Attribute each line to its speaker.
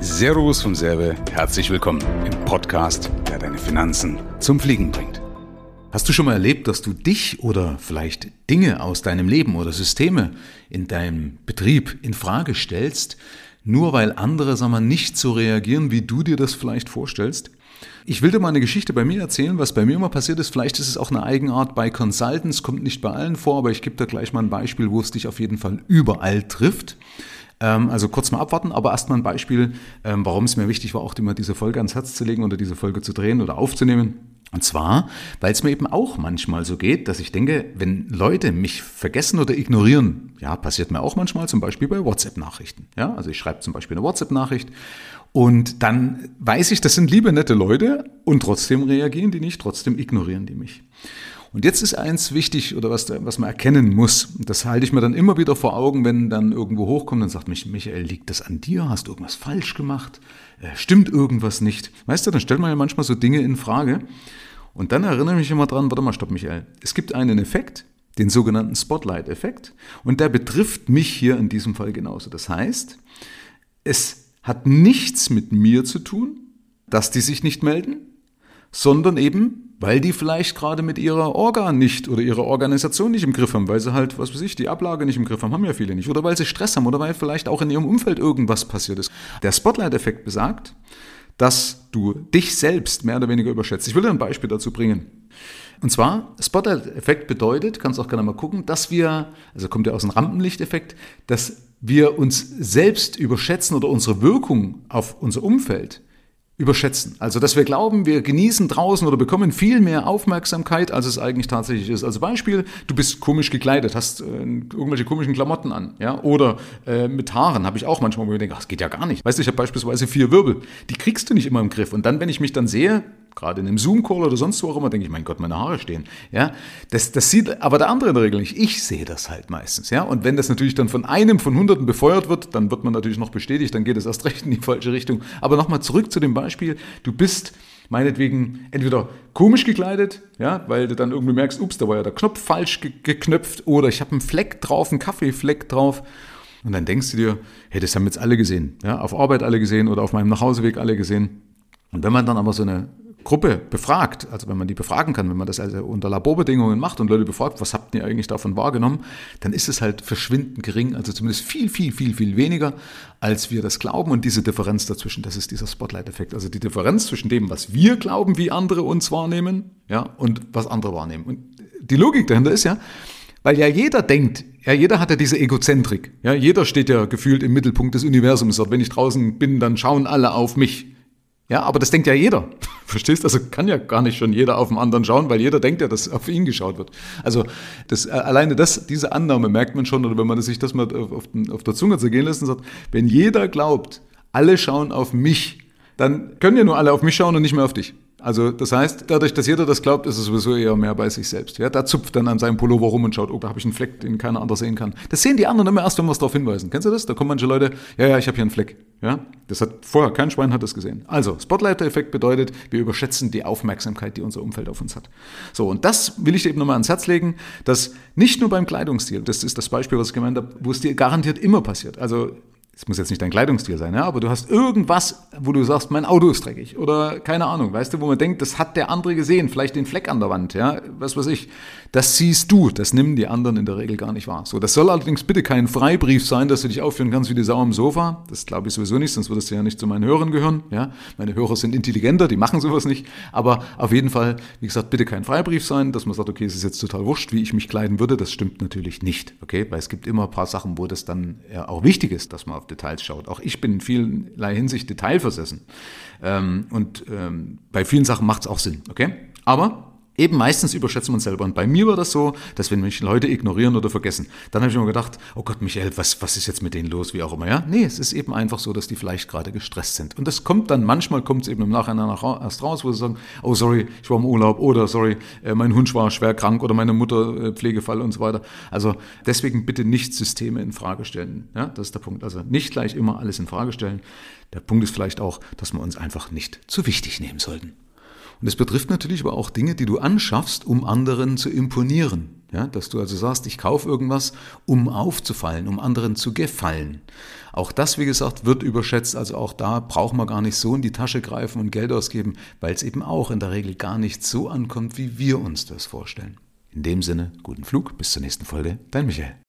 Speaker 1: Servus vom Serve, herzlich willkommen im Podcast, der deine Finanzen zum Fliegen bringt. Hast du schon mal erlebt, dass du dich oder vielleicht Dinge aus deinem Leben oder Systeme in deinem Betrieb in Frage stellst, nur weil andere, nicht so reagieren, wie du dir das vielleicht vorstellst? Ich will dir mal eine Geschichte bei mir erzählen, was bei mir immer passiert ist. Vielleicht ist es auch eine Eigenart bei Consultants, kommt nicht bei allen vor, aber ich gebe da gleich mal ein Beispiel, wo es dich auf jeden Fall überall trifft. Also kurz mal abwarten, aber erst mal ein Beispiel, warum es mir wichtig war, auch immer diese Folge ans Herz zu legen oder diese Folge zu drehen oder aufzunehmen. Und zwar, weil es mir eben auch manchmal so geht, dass ich denke, wenn Leute mich vergessen oder ignorieren, ja, passiert mir auch manchmal, zum Beispiel bei WhatsApp-Nachrichten. Ja, also ich schreibe zum Beispiel eine WhatsApp-Nachricht und dann weiß ich, das sind liebe, nette Leute und trotzdem reagieren die nicht, trotzdem ignorieren die mich. Und jetzt ist eins wichtig, oder was man erkennen muss, das halte ich mir dann immer wieder vor Augen, wenn dann irgendwo hochkommt und sagt mich, Michael, liegt das an dir? Hast du irgendwas falsch gemacht? Stimmt irgendwas nicht? Weißt du, dann stellt man ja manchmal so Dinge in Frage. Und dann erinnere ich mich immer dran, warte mal, stopp Michael, es gibt einen Effekt, den sogenannten Spotlight-Effekt, und der betrifft mich hier in diesem Fall genauso. Das heißt, es hat nichts mit mir zu tun, dass die sich nicht melden, sondern eben, weil die vielleicht gerade mit ihrer Orga nicht oder ihrer Organisation nicht im Griff haben, weil sie halt, die Ablage nicht im Griff haben ja viele nicht, oder weil sie Stress haben oder weil vielleicht auch in ihrem Umfeld irgendwas passiert ist. Der Spotlight-Effekt besagt, dass du dich selbst mehr oder weniger überschätzt. Ich will dir ein Beispiel dazu bringen. Und zwar, Spotlight-Effekt bedeutet, kannst auch gerne mal gucken, dass wir, also kommt ja aus dem Rampenlichteffekt, dass wir uns selbst überschätzen oder unsere Wirkung auf unser Umfeld überschätzen. Also, dass wir glauben, wir genießen draußen oder bekommen viel mehr Aufmerksamkeit, als es eigentlich tatsächlich ist. Also Beispiel, du bist komisch gekleidet, hast irgendwelche komischen Klamotten an, ja, oder mit Haaren, habe ich auch manchmal, wo ich denke, das geht ja gar nicht. Weißt du, ich habe beispielsweise 4 Wirbel, die kriegst du nicht immer im Griff. Und dann, wenn ich mich dann sehe, gerade in einem Zoom-Call oder sonst wo auch immer, denke ich, mein Gott, meine Haare stehen. Ja, das sieht aber der andere in der Regel nicht. Ich sehe das halt meistens. Ja, und wenn das natürlich dann von einem von Hunderten befeuert wird, dann wird man natürlich noch bestätigt, dann geht es erst recht in die falsche Richtung. Aber nochmal zurück zu dem Beispiel. Du bist meinetwegen entweder komisch gekleidet, ja, weil du dann irgendwie merkst, ups, da war ja der Knopf falsch geknöpft, oder ich habe einen Fleck drauf, einen Kaffeefleck drauf. Und dann denkst du dir, hey, das haben jetzt alle gesehen. Ja, auf Arbeit alle gesehen oder auf meinem Nachhauseweg alle gesehen. Und wenn man dann aber so eine Gruppe befragt, also wenn man die befragen kann, wenn man das also unter Laborbedingungen macht und Leute befragt, was habt ihr eigentlich davon wahrgenommen, dann ist es halt verschwindend gering, also zumindest viel weniger, als wir das glauben. Und diese Differenz dazwischen, das ist dieser Spotlight-Effekt, also die Differenz zwischen dem, was wir glauben, wie andere uns wahrnehmen, ja, und was andere wahrnehmen. Und die Logik dahinter ist ja, weil ja jeder denkt, ja, jeder hat ja diese Egozentrik, ja, jeder steht ja gefühlt im Mittelpunkt des Universums, wenn ich draußen bin, dann schauen alle auf mich. Ja, aber das denkt ja jeder. Verstehst du? Also kann ja gar nicht schon jeder auf den anderen schauen, weil jeder denkt ja, dass auf ihn geschaut wird. Also diese Annahme merkt man schon, oder wenn man sich das mal auf der Zunge zergehen lässt und sagt, wenn jeder glaubt, alle schauen auf mich, dann können ja nur alle auf mich schauen und nicht mehr auf dich. Also das heißt, dadurch, dass jeder das glaubt, ist es sowieso eher mehr bei sich selbst. Ja, da zupft dann an seinem Pullover rum und schaut, oh, da habe ich einen Fleck, den keiner anders sehen kann. Das sehen die anderen immer erst, wenn wir es darauf hinweisen. Kennst du das? Da kommen manche Leute, ja, ich habe hier einen Fleck. Ja, das hat vorher, kein Schwein hat das gesehen. Also, Spotlight-Effekt bedeutet, wir überschätzen die Aufmerksamkeit, die unser Umfeld auf uns hat. So, und das will ich dir eben nochmal ans Herz legen, dass nicht nur beim Kleidungsstil, das ist das Beispiel, was ich gemeint habe, wo es dir garantiert immer passiert. Also, es muss jetzt nicht dein Kleidungsstil sein, ja, aber du hast irgendwas, wo du sagst, mein Auto ist dreckig oder keine Ahnung, weißt du, wo man denkt, das hat der andere gesehen, vielleicht den Fleck an der Wand, ja, was weiß ich. Das siehst du, das nehmen die anderen in der Regel gar nicht wahr. So, das soll allerdings bitte kein Freibrief sein, dass du dich aufführen kannst wie die Sau am Sofa. Das glaube ich sowieso nicht, sonst würdest du ja nicht zu meinen Hörern gehören, ja. Meine Hörer sind intelligenter, die machen sowas nicht, aber auf jeden Fall, wie gesagt, bitte kein Freibrief sein, dass man sagt, okay, es ist jetzt total wurscht, wie ich mich kleiden würde, das stimmt natürlich nicht, okay, weil es gibt immer ein paar Sachen, wo das dann ja auch wichtig ist, dass man auf Details schaut. Auch ich bin in vielerlei Hinsicht detailversessen. Bei vielen Sachen macht es auch Sinn, okay? Aber eben meistens überschätzen wir uns selber. Und bei mir war das so, dass wenn mich Leute ignorieren oder vergessen, dann habe ich immer gedacht, oh Gott, Michael, was ist jetzt mit denen los, wie auch immer, ja? Nee, es ist eben einfach so, dass die vielleicht gerade gestresst sind. Und das kommt dann, manchmal kommt es eben im Nachhinein erst raus, wo sie sagen, oh sorry, ich war im Urlaub, oder sorry, mein Hund war schwer krank, oder meine Mutter Pflegefall und so weiter. Also deswegen bitte nicht Systeme in Frage stellen. Ja, das ist der Punkt. Also nicht gleich immer alles in Frage stellen. Der Punkt ist vielleicht auch, dass wir uns einfach nicht zu wichtig nehmen sollten. Und es betrifft natürlich aber auch Dinge, die du anschaffst, um anderen zu imponieren. Ja, dass du also sagst, ich kaufe irgendwas, um aufzufallen, um anderen zu gefallen. Auch das, wie gesagt, wird überschätzt. Also auch da braucht man gar nicht so in die Tasche greifen und Geld ausgeben, weil es eben auch in der Regel gar nicht so ankommt, wie wir uns das vorstellen. In dem Sinne, guten Flug, bis zur nächsten Folge, dein Michael.